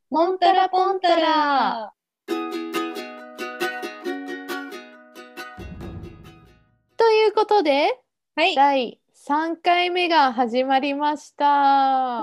モンタラポンタラということで、 はい、 第3回目が始まりました。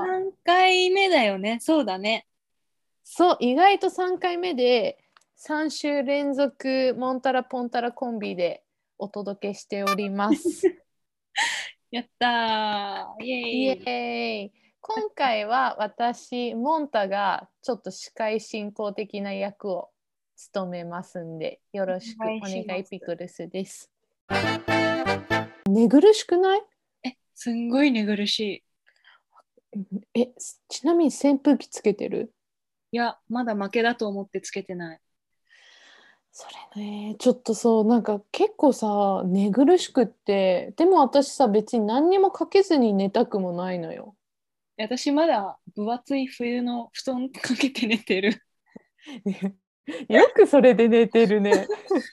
3回目だよね。そうだね。 そう、意外と3回目で3週連続モンタラポンタラコンビでお届けしております。 やったー。イイエエーイ。 ーイ。今回は私、モンタがちょっと司会進行的な役を務めますんで、よろしお願いくお願します。 いピクルスです。寝苦しくない？ すんごい寝苦しい。 え、ちなみに扇風機つけてる？ いや、まだ負けだと思ってつけてない。 それね、ちょっとそう、なんか結構さ、寝苦しくって、でも私さ、別に何にもかけずに寝たくもないのよ。 私まだ分厚い冬の布団かけて寝てる。 よくそれで寝てるね。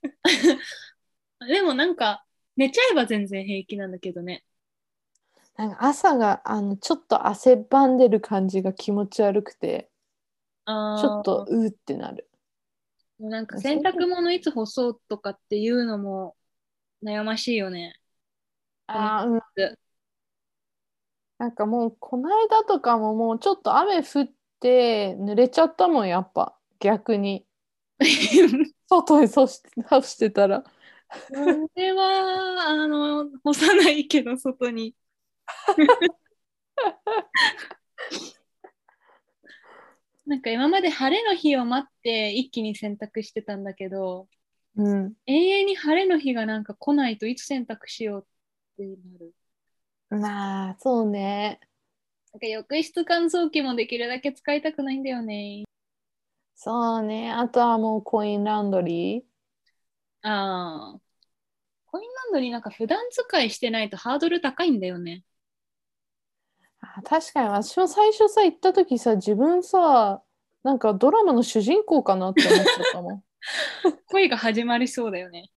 でもなんか、寝ちゃえば全然平気なんだけどね。 なんか朝がちょっと汗ばんでる感じが気持ち悪くて、ちょっあー、 とうーってなる。 なんか洗それで、 濯物いつ干そうとかっていうのも悩ましいよね。この季うん、 節。 なんかもうこの間とかももうちょっと雨降って濡れちゃったもん、やっぱ逆に。外に干してたら。 それは、干さないけど、外に。なんか今まで晴れの日を待って一気に洗濯してたんだけど、 うん。 永遠に晴れの日がなんか来ないといつ洗濯しようってなる。 まあ、そうね。 なんか浴室乾燥機もできるだけ使いたくないんだよね。 そうね。あとはもうコインランドリー。 ああ、コインランドリーなんか普段使いしてないとハードル高いんだよね。 確かに私も最初さ、行った時さ、自分さ、なんかドラマの主人公かなって思っちゃったもん。 恋が始まりそうだよね。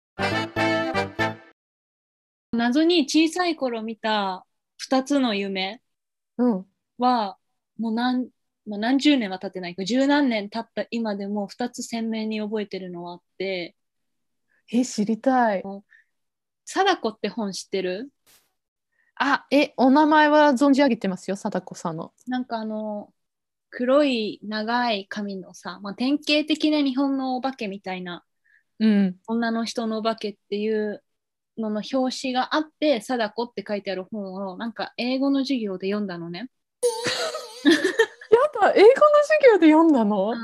謎に小さい頃見た2つの夢うん。 は、もうまあ、何十年は経ってないけど、十何年経った今でも2つ鮮明に覚えてるのはあって、 え、知りたい。 貞子って本知ってる？ お名前は存じ上げてますよ、貞子さんの。 なんか黒い長い髪のさ、まあ、典型的な日本のお化けみたいなうん。 女の人のお化けっていうのの表紙があって、貞子って書いてある本をなんか英語の授業で読んだのね。 やだ、英語の授業で読んだの？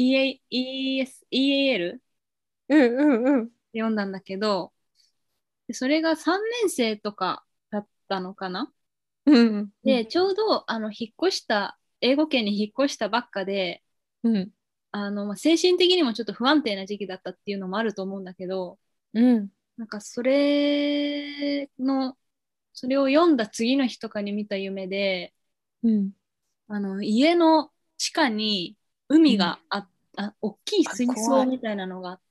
EAL うんうんうん。 で読んだんだけど、でそれが3年生とかだったのかな。 うんうんで、ちょうど引っ越した、英語圏に引っ越したばっかで、 うんまあ、精神的にもちょっと不安定な時期だったっていうのもあると思うんだけど、 うんなんかそれを読んだ次の日とかに見た夢で、 うん家の地下にうん。 海が大きいあ、 水槽怖い。 みたいなのがあって、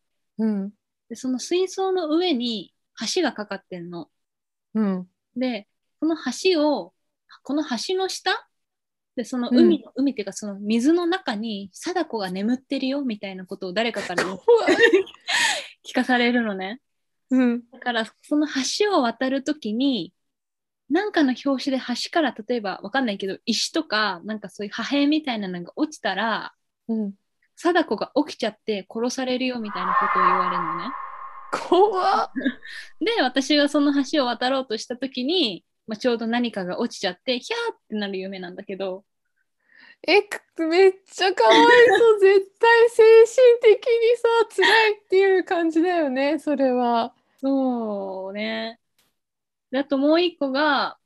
うんで、その水槽の上に橋がかかってんの。 うんで、このこの橋の下で、そのうん。 海っていうか、その水の中に貞子が眠ってるよみたいなことを誰かから怖い。 聞かされるのね。 うん。 だから、その橋を渡るときに、なんかの拍子で橋から例えばわかんないけど、石とか、なんかそういう破片みたいなのが落ちたら、 うん。 貞子が起きちゃって殺されるよみたいなことを言われるのね。 怖っ。 で、私がその橋を渡ろうとしたときに、まあ、ちょうど何かが落ちちゃって、ヒャーってなる夢なんだけど、 めっちゃかわいそう。絶対精神的にさ、辛いっていう感じだよね、それは。 そうね。であともう一個が、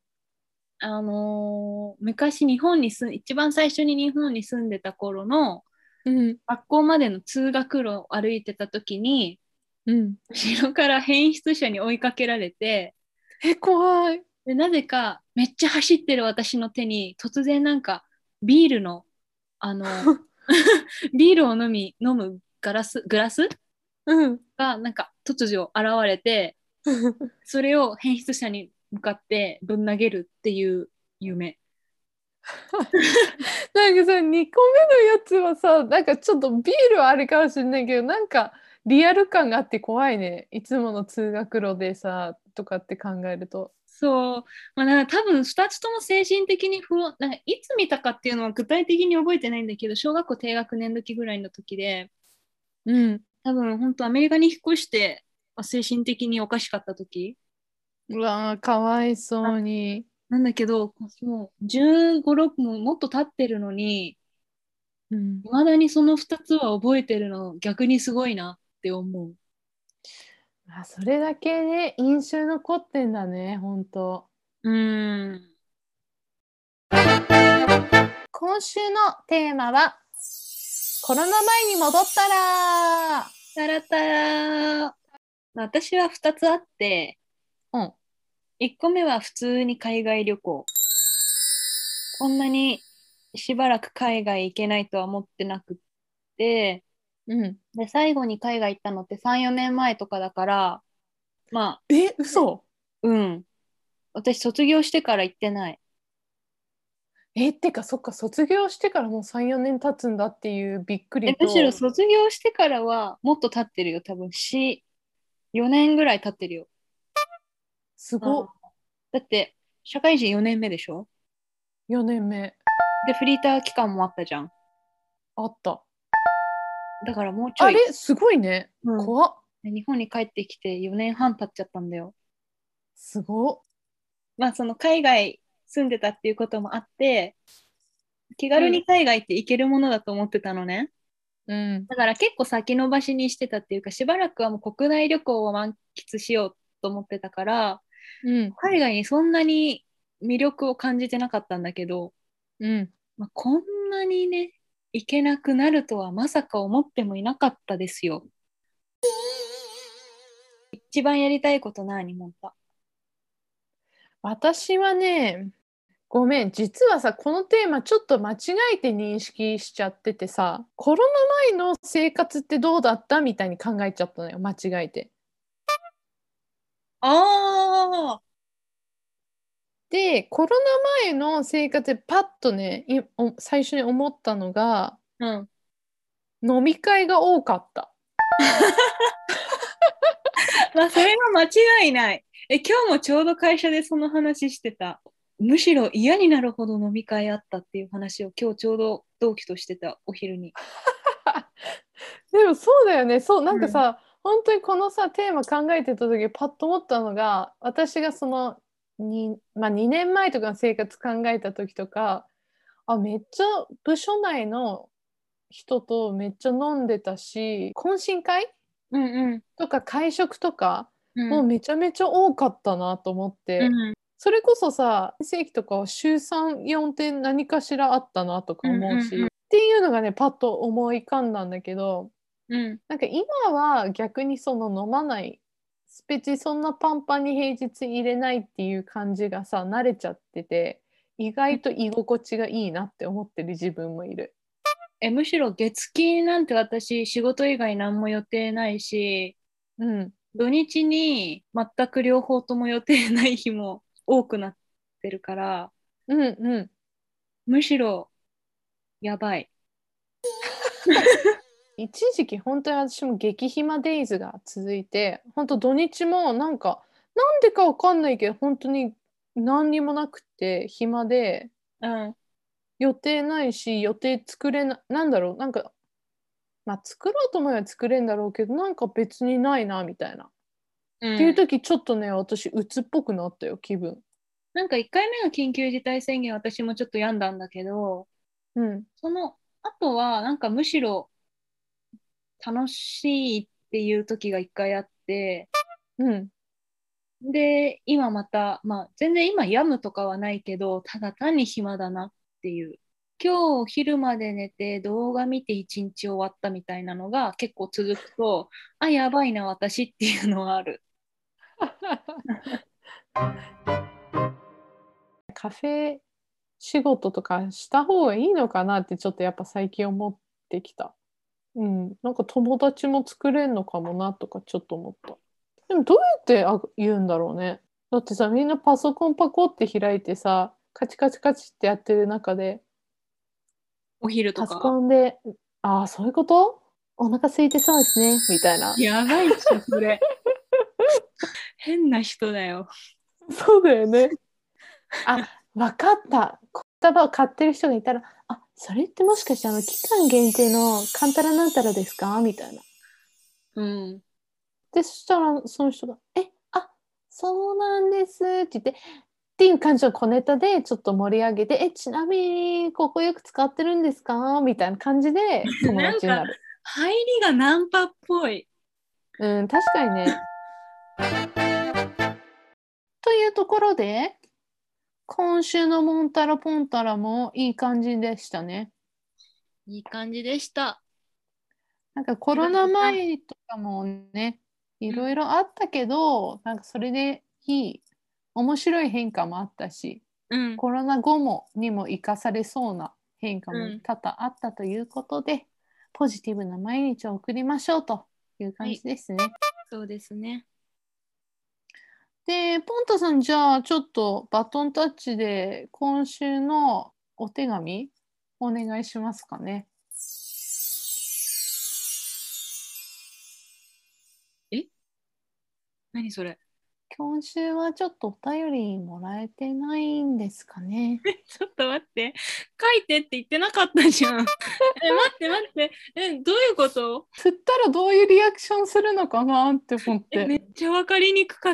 昔一番最初に日本に住んでた頃のうん。 学校までの通学路を歩いてた時に、 うん。 後ろから変質者に追いかけられて、 怖い。 で、なぜかめっちゃ走ってる私の手に突然なんかビールの、あの、ビールを飲むグラスうん。 がなんか突如現れて、それを変質者に向かってぶん投げるっていう夢。 なんかさ、2 個目のやつはさ、なんかちょっとビールはあるかもしれないけど、なんかリアル感があって怖いね。いつもの通学路でさ、とかって考えると。 そう。まあ、だから多分2つとも精神的に不安、なんかいつ見たかっていうのは具体的に覚えてないんだけど、小学校低学年時ぐらいの時で、 うん。 多分本当アメリカに引っ越して、精神的におかしかった時。 うわー、かわいそうに。 なんだけど、もう15、6ももっと経ってるのに、 うん。 未だにその2つは覚えてるの逆にすごいなって思う。 あ、それだけね、印象残ってんだね、ほんと。 うーん。 今週のテーマは、コロナ前に戻ったら。 タラタラ。私は2つあって、 うん。 1個目は普通に海外旅行。こんなにしばらく海外行けないとは思ってなくって、 うん。 で、最後に海外行ったのって3、4年前とかだから、まあ、 え、嘘。 うん。私卒業してから行ってない。 ってか、そっか、卒業してからもう3、4年経つんだっていうびっくりむしろと、 卒業してからはもっと経ってるよ。多分4年ぐらい経ってるよ。うん。 すご。 だって、社会人4年目でしょ？ 4年目。 で、フリーター期間もあったじゃん。 あった。 だからもうちょい、 あれ、すごいね。 うん。 怖っ。 で日本に帰ってきて4年半経っちゃったんだよ。 すごっ。 まあ、その海外住んでたっていうこともあって、気軽うん。 に海外って行けるものだと思ってたのね。 うん。 だから結構先延ばしにしてたっていうか、しばらくはもう国内旅行を満喫しようと思ってたから、 うん。 海外にそんなに魅力を感じてなかったんだけど、 うん。 まあ、こんなにね、行けなくなるとはまさか思ってもいなかったですよ。一番やりたいこと何、もんた？ 私はね、ごめん、実はさ、このテーマちょっと間違えて認識しちゃっててさ、コロナ前の生活ってどうだったみたいに考えちゃったのよ、間違えて。 ああ、 で、コロナ前の生活でパッとね、最初に思ったのが、 うん。 飲み会が多かった。 まあ、それは間違いない。今日もちょうど会社でその話してた。むしろ嫌になるほど飲み会あったっていう話を今日ちょうど同期としてた、お昼に。 でもそうだよね。そう、なうん。 んかさ、本当にこのさ、テーマ考えてた時、パッと思ったのが、私がその、まあ、2年前とかの生活考えた時とか、あ、めっちゃ部署内の人とめっちゃ飲んでたし、懇親会うんうん。 とか会食とか、もううん。 めちゃめちゃ多かったなと思って、 うん。 それこそさ、正規とかは週3、4点何かしらあったなとかうん思うし、っうんていうのがね、パッと思い浮かんだんだけど、 うん。 なんか今は逆にその飲まない、別にそんなパンパンに平日入れないっていう感じがさ、慣れちゃってて、意外と居心地がいいなって思ってる自分もいる。 むしろ月金なんて私仕事以外何も予定ないし、 うん。 土日に全く両方とも予定ない日も多くなってるから、 うんうん。 むしろやばい。 一時期本当に私も激暇デイズが続いて、本当土日もなんか、なんでかわかんないけど、本当に何にもなくて暇で、 うん。 予定ないし、予定作れな、なんだろう、なんか、まあ作ろうと思えば作れるんだろうけど、なんか別にないな、みたいな。っていううん。 時ちょっとね、私、鬱っぽくなったよ、気分。 なんか1回目の緊急事態宣言私もちょっと病んだんだけど、 うん。 その後はなんかむしろ楽しいっていう時が1回あって、 うん。 で、今また、まあ全然今病むとかはないけど、ただ単に暇だなっていう。今日昼まで寝て動画見て一日終わったみたいなのが結構続くと、あ、やばいな私っていうのはある。 カフェ仕事とかした方がいいのかなってちょっとやっぱ最近思ってきた。うん。なんか友達も作れんのかもなとかちょっと思った。でもどうやって言うんだろうね。だってさ、みんなパソコンパコって開いてさ、カチカチカチってやってる中で、 お昼とパソか。 コンで、ああ、そういうこと？お腹空いてそうですね、みたいな。 やばいっしょ、それ。変な人だよ。 そうだよね。あ、わかった。言葉を買ってる人がいたら、あ、それってもしかして期間限定のカンタラなんたらですかみたいな。 うん。 で、そしたらその人が、あ、そうなんですって言って、っていう感じの小ネタでちょっと盛り上げて、ちなみにここよく使ってるんですかみたいな感じで友なんか、 達になる。 入りがナンパっぽい。 うん、確かにね。というところで、今週のモンタラポンタラもいい感じでしたね。 いい感じでした。 なんかコいろロナいろな。 前とかもね、いうん。 ろいろあったけど、なんかそれで面白い変化もあったし、 うん。 コロナ後にも生かされそうな変化もうん。 多々あったということで、ポジティブな毎日を送りましょうという感じはい。 ですね。 そうですね。 で、ポンタさん、じゃあちょっとバトンタッチで今週のお手紙お願いしますかね。 え、何それ？ 今週はちょっとお便りもらえてないんですかね。 ちょっと待って。書いてって言ってなかったじゃん。待って待って。どういうこと？ 振ったらどういうリアクションするのかなって思って。 めっちゃわかりにくかった。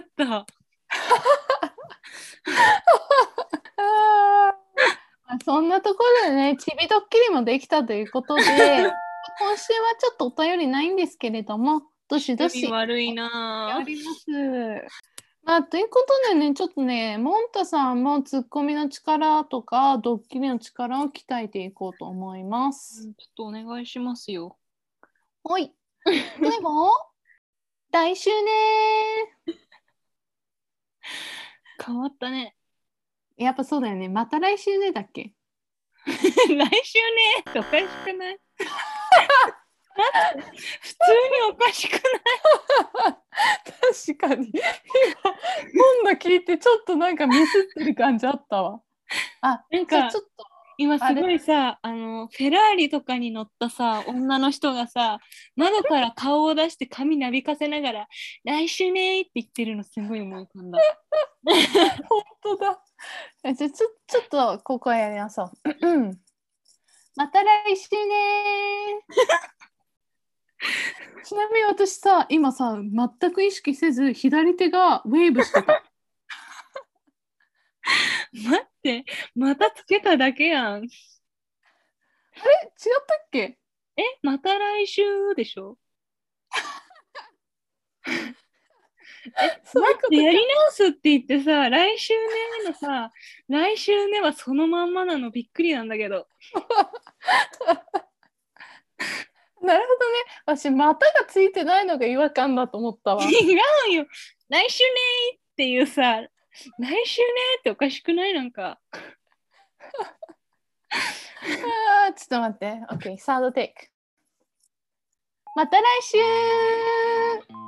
あそんなところでね、ちびドッキリもできたということで、今週はちょっとお便りないんですけれども、どしど趣味し悪いおなぁ。 ります。まあ、ということでね、ちょっとね、モンタさんもツッコミの力とか、ドッキリの力を鍛えていこうと思います。 ちょっとお願いしますよ。 はい。では、来週ね変わったね。 やっぱそうだよね。また来週ねだっけ？ 来週ねっておかしくない？普通におかしくない？ 確かに。今、今度聞いてちょっとなんかミスってる感じあったわ。あ、 なんかじゃあちょっと、 今すあれ、 ごいさ、フェラーリとかに乗ったさ、女の人がさ、窓から顔を出して髪なびかせながら、来週ねーって言ってるのすごい思い浮かんだ。 本当だ。じゃあちょっとここやりましょう。また来週ね。ちなみに私さ、今さ、全く意識せず、左手がウェーブしてた。 待って、またつけただけやん。 違ったっけ？ また来週でしょ？ そういう待って、やりことか。 直すって言ってさ、来週ねのさ、来週ねはそのまんまなのびっくりなんだけど。 なるほどね。私、股がついてないのが違和感だと思ったわ。 違うよ。来週ねっていうさ、来週ねっておかしくない？なんか。 ちょっと待って。OK、サードテイク。また来週